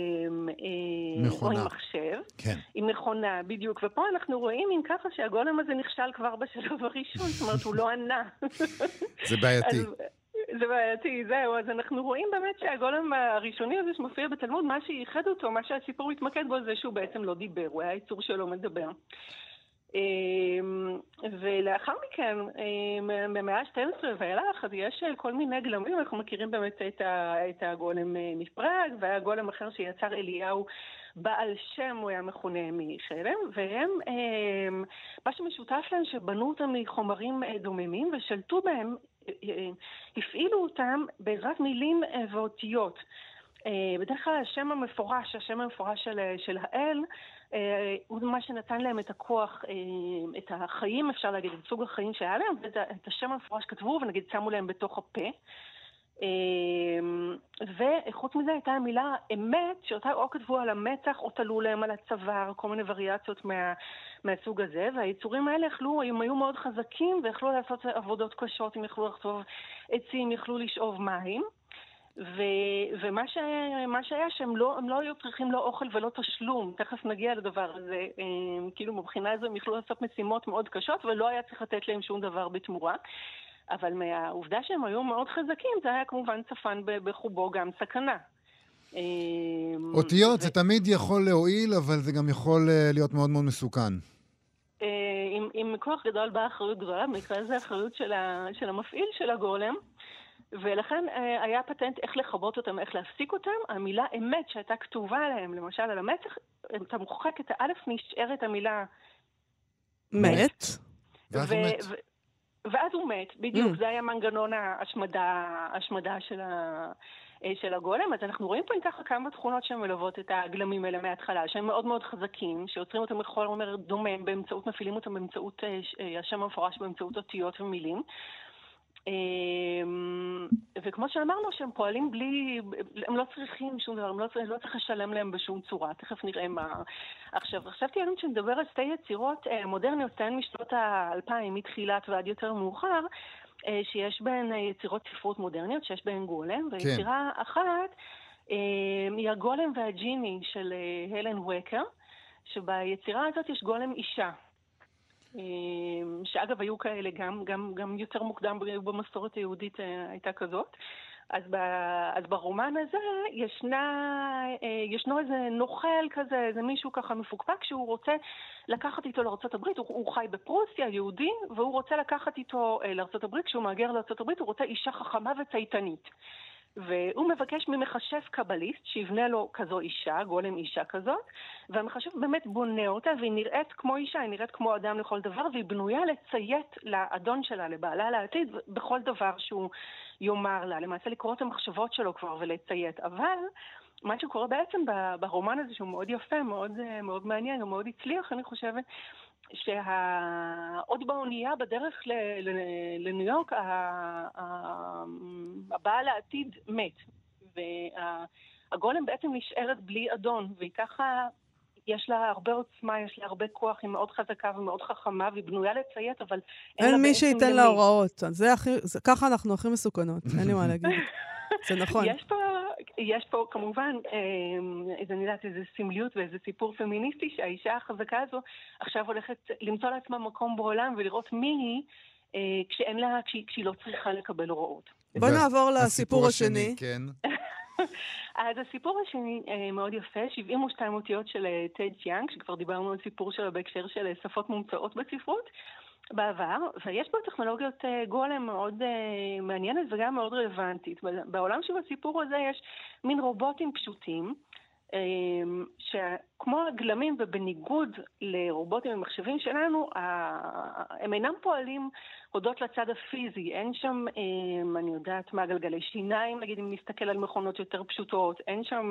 עם מחשב, כן. עם מכונה, בדיוק, ופה אנחנו רואים אם ככה שהגולם הזה נכשל כבר בשלב הראשון, זאת אומרת, הוא לא ענה. זה בעייתי. זה בעייתי, זהו, אז אנחנו רואים באמת שהגולם הראשוני הזה שמופיע בתלמוד, מה שייחד אותו, מה שהסיפור מתמקד בו זה שהוא בעצם לא דיבר, הוא היה יצור שלא מדבר. ולאחר מכן, במאה ה-12 ואילך, אז יש כל מיני גלמים, אנחנו מכירים באמת את הגולם מפראג, והיה גולם אחר שיצר אליהו בעל שם, הוא היה מכונה מחלם, והם, מה שמשותף להם שבנו אותם מחומרים דוממים ושלטו בהם, הפעילו אותם בעזרת מילים ואותיות. בדרך כלל השם המפורש של האל, הוא מה שנתן להם את הכוח, את החיים, אפשר להגיד, את סוג החיים שהיה להם, ואת השם המפורש כתבו, ונגיד שמו להם בתוך הפה. וחוץ מזה הייתה המילה אמת, שאותה או כתבו על המצח, או תלו להם על הצוואר, כל מיני וריאציות מהסוג הזה, והיצורים האלה הם היו מאוד חזקים, ויכלו לעשות עבודות קשות, הם יכלו לכתוב עצים, יכלו לשאוב מים, ומה שהיה שהם לא היו צריכים לא אוכל ולא תשלום, תכף נגיע לדבר הזה, כאילו מבחינה הזו הם יכלו לעשות משימות מאוד קשות, ולא היה צריך לתת להם שום דבר בתמורה, אבל מהעובדה שהם היו מאוד חזקים, זה היה כמובן צפן בחובו גם סכנה. אותיות, זה תמיד יכול להועיל, אבל זה גם יכול להיות מאוד מאוד מסוכן. עם כוח גדול באה אחריות גדולה, במקרה זה האחריות של המפעיל של הגולם, ולכן היה פטנט איך לחבות אותם, איך להפסיק אותם. המילה אמת שהייתה כתובה עליהם, למשל על המצח, אתה מוחק את האלף, נשארת המילה מת. ואז הוא מת, בדיוק, זה היה מנגנון ההשמדה של הגולם. אז אנחנו רואים פה ככה כמה תכונות שמלוות את הגלמים האלה מההתחלה, שהם מאוד מאוד חזקים, שיוצרים אותם בכל אומר דומם, מפעילים אותם באמצעות השם המפורש, באמצעות אותיות ומילים. וכמו שאמרנו שהם פועלים הם לא צריכים שום דבר, לא צריך לשלם להם בשום צורה, תכף נראה מה. עכשיו חשבתי עלינו שנדבר על שתי יצירות מודרניות, הן משנות ה-2000, מתחילת ועד יותר מאוחר, שיש בהן יצירות ספרות מודרניות, שיש בהן גולם, ויצירה אחת היא הגולם והג'יני של הלן ווקר, שביצירה הזאת יש גולם אישה. שאגב היו כאלה גם יותר מוקדם במסורת היהודית הייתה כזאת. אז ברומן הזה ישנו איזה נוכל כזה, איזה מישהו ככה מפוקפק שהוא רוצה לקחת איתו לארצות הברית. הוא חי בפרוסיה, יהודי, והוא רוצה לקחת איתו לארצות הברית. כשהוא מאגר לארצות הברית הוא רוצה אישה חכמה וצייתנית. והוא מבקש ממחשב קבליסט שיבנה לו כזו אישה, גולם אישה כזאת, והמחשב באמת בונה אותה, והיא נראית כמו אישה, היא נראית כמו אדם לכל דבר, והיא בנויה לציית לאדון שלה, לבעלה לעתיד, בכל דבר שהוא יאמר לה, למעשה לקרוא את המחשבות שלו כבר ולציית. אבל מה שקורה בעצם ברומן הזה, שהוא מאוד יפה, מאוד, מאוד מעניין, ומאוד הצליח, אני חושבת, שעוד באונייה בדרך לניו יורק, הבעל העתיד מת. והגולם בעצם נשארת בלי אדון, והיא ככה, יש לה הרבה עוצמה, יש לה הרבה כוח, היא מאוד חזקה ומאוד חכמה, והיא בנויה לציית, אבל אין מי שייתן לה הוראות. ככה אנחנו הכי מסוכנות, אין לי מה להגיד. זה נכון. יש פה כמובן, איזה סמליות ואיזה סיפור פמיניסטי, שהאישה החזקה הזו עכשיו הולכת למצוא לעצמה מקום בעולם ולראות מי היא, כשהיא לא צריכה לקבל הוראות. בוא נעבור לסיפור השני. כן. אז הסיפור השני מאוד יפה, 72 אותיות של טד צ'יאנג, שכבר דיברנו על סיפור שלו בהקשר של שפות מומצאות בספרות בעבר, ויש בו טכנולוגיות גולם מאוד מעניינת וגם מאוד רלוונטית. בעולם של הסיפור הזה יש מין רובוטים פשוטים, שכמו הגלמים ובניגוד לרובוטים ומחשבים שלנו, הם אינם פועלים הודות לצד הפיזי. אין שם, אני יודעת מה, גלגלי שיניים, נגיד אם נסתכל על מכונות יותר פשוטות, אין שם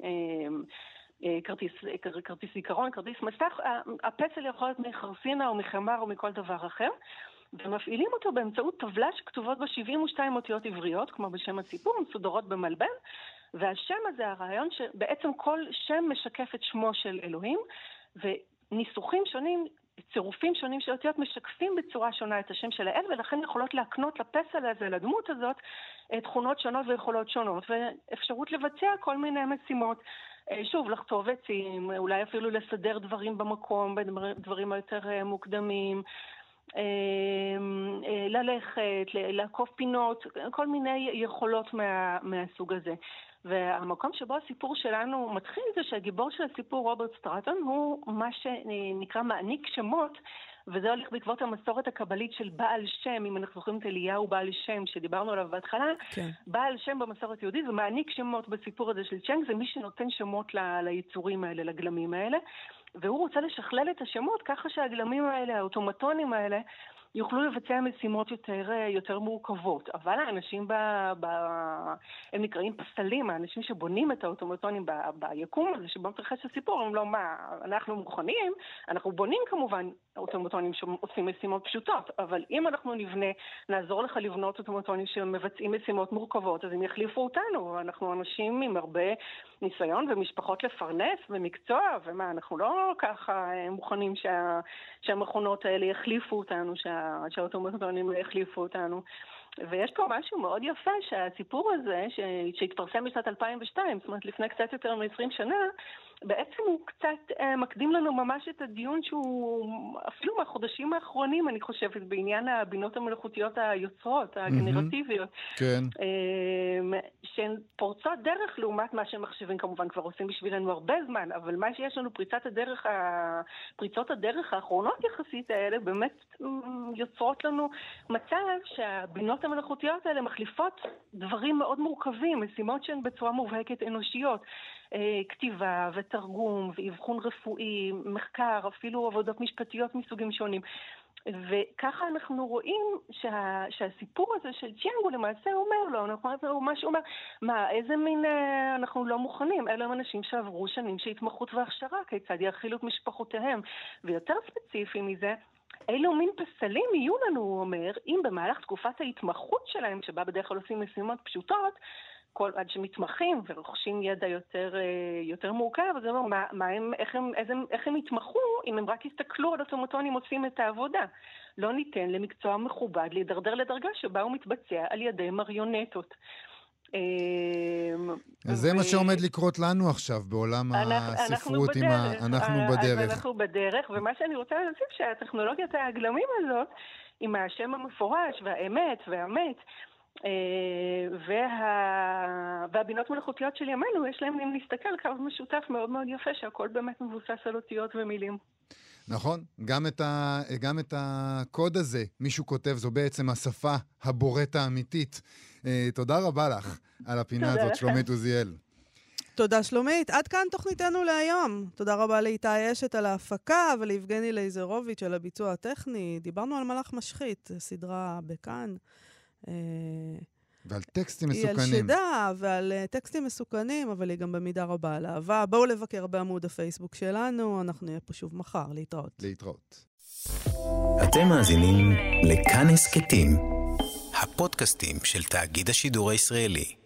כרטיס זיכרון, כרטיס מסך. הפצל יכול להיות מחרסינה או מחמר או מכל דבר אחר, ומפעילים אותו באמצעות טבלה שכתובות בה 72 אותיות עבריות, כמו בשם הסיפור, מסודרות במלבן, והשם הזה, הרעיון שבעצם כל שם משקף את שמו של אלוהים, וניסוחים שונים, צירופים שונים של אותיות משקפים בצורה שונה את השם של האל, ולכן יכולות להקנות לפסל הזה, לדמות הזאת, תכונות שונות ויכולות שונות, ואפשרות לבצע כל מיני משימות. שוב, לכתוב עצים, אולי אפילו לסדר דברים במקום, בדברים היותר מוקדמים, ללכת, לעקוף פינות, כל מיני יכולות מהסוג הזה. והמקום שבו הסיפור שלנו מתחיל זה שהגיבור של הסיפור, רוברט סטרטון, הוא מה שנקרא מעניק שמות, וזה הולך בעקבות המסורת הקבלית של בעל שם, אם אנחנו זוכרים את אליהו בעל שם שדיברנו עליו בהתחלה, כן. בעל שם במסורת יהודית ומעניק שמות בסיפור הזה של צ'נג, זה מי שנותן שמות ליצורים האלה, לגלמים האלה, והוא רוצה לשכלל את השמות ככה שהגלמים האלה, האוטומטונים האלה, יוכלו לבצע משימות יותר מורכבות. אבל האנשים הם נקראים פסלים, האנשים שבונים את האוטומטונים ביקום הזה, שבו מתרחש הסיפור, הם לא מה, אנחנו מוכנים, אנחנו בונים כמובן אוטומטונים שעושים משימות פשוטות, אבל אם אנחנו נעזור לך לבנות אוטומטונים שמבצעים משימות מורכבות, אז הם יחליפו אותנו. אנחנו אנשים עם הרבה ניסיון ומשפחות לפרנס ומקצוע, ומה, אנחנו לא ככה מוכנים שהמכונות האלה יחליפו אותנו, שהאוטומטונים יחליפו אותנו. ויש פה משהו מאוד יפה, שהסיפור הזה, שהתפרסם בשנת 2002, זאת אומרת לפני קצת יותר מ-20 שנה, בעצם הוא קצת מקדים לנו ממש את הדיון שהוא אפילו מהחודשים האחרונים, אני חושבת, בעניין הבינות המלאכותיות היוצרות, הגנרטיביות, כן. שהן פורצות דרך לעומת מה שמחשבים כמובן כבר עושים בשבילנו הרבה זמן, אבל מה שיש לנו פריצות הדרך האחרונות יחסית האלה, באמת יוצרות לנו מצב שהבינות המלאכותיות האלה מחליפות דברים מאוד מורכבים, משימות שהן בצורה מובהקת אנושיות, כתיבה ותרגום ואבחון רפואי, מחקר, אפילו עבודות משפטיות מסוגים שונים. וככה אנחנו רואים שהסיפור הזה של צ'יאנג הוא למעשה אומר לו, הוא משהו אומר, מה, איזה מין, אנחנו לא מוכנים, אלה הם אנשים שעברו שנים שהתמחות והכשרה, כיצד יאכילו את משפחותיהם, ויותר ספציפי מזה, אילו מין פסלים יהיו לנו, הוא אומר, אם במהלך תקופת ההתמחות שלהם, שבה בדרך כלל עושים משימות פשוטות, עד שמתמחים ורוכשים ידע יותר מורכב, אז זה אומר, איך הם יתמחו אם הם רק יסתכלו על אוטומטונים עושים את העבודה. לא ניתן למקצוע מכובד להידרדר לדרגה שבה הוא מתבצע על ידי מריונטות. זה מה שעומד לקרות לנו עכשיו בעולם הספרות, אנחנו בדרך. אנחנו בדרך, ומה שאני רוצה להוסיף שהטכנולוגיית הגלמים הזאת, עם השם המפורש והאמת והאמת, והבינות מלאכותיות של ימינו, יש להם להסתכל קו משותף מאוד מאוד יפה, שהכל באמת מבוסס על אותיות ומילים. נכון, גם את הקוד הזה מישהו כותב, זו בעצם השפה הבורית האמיתית. תודה רבה לך על הפינה הזאת, שלומית עוזיאל. תודה שלומית, עד כאן תוכניתנו להיום. תודה רבה לאיתי אשת על ההפקה וליבגני לייזרוביץ' על הביצוע הטכני. דיברנו על מלאך משחית, סדרה בכאן. ועל טקסטים מסוכנים. היא על שדה ועל טקסטים מסוכנים, אבל היא גם במידה רבה על אהבה. בואו לבקר בעמוד הפייסבוק שלנו, אנחנו נהיה פה שוב מחר. להתראות. אתם מאזינים לכאן הסכתים, הפודקאסטים של תאגיד השידור הישראלי.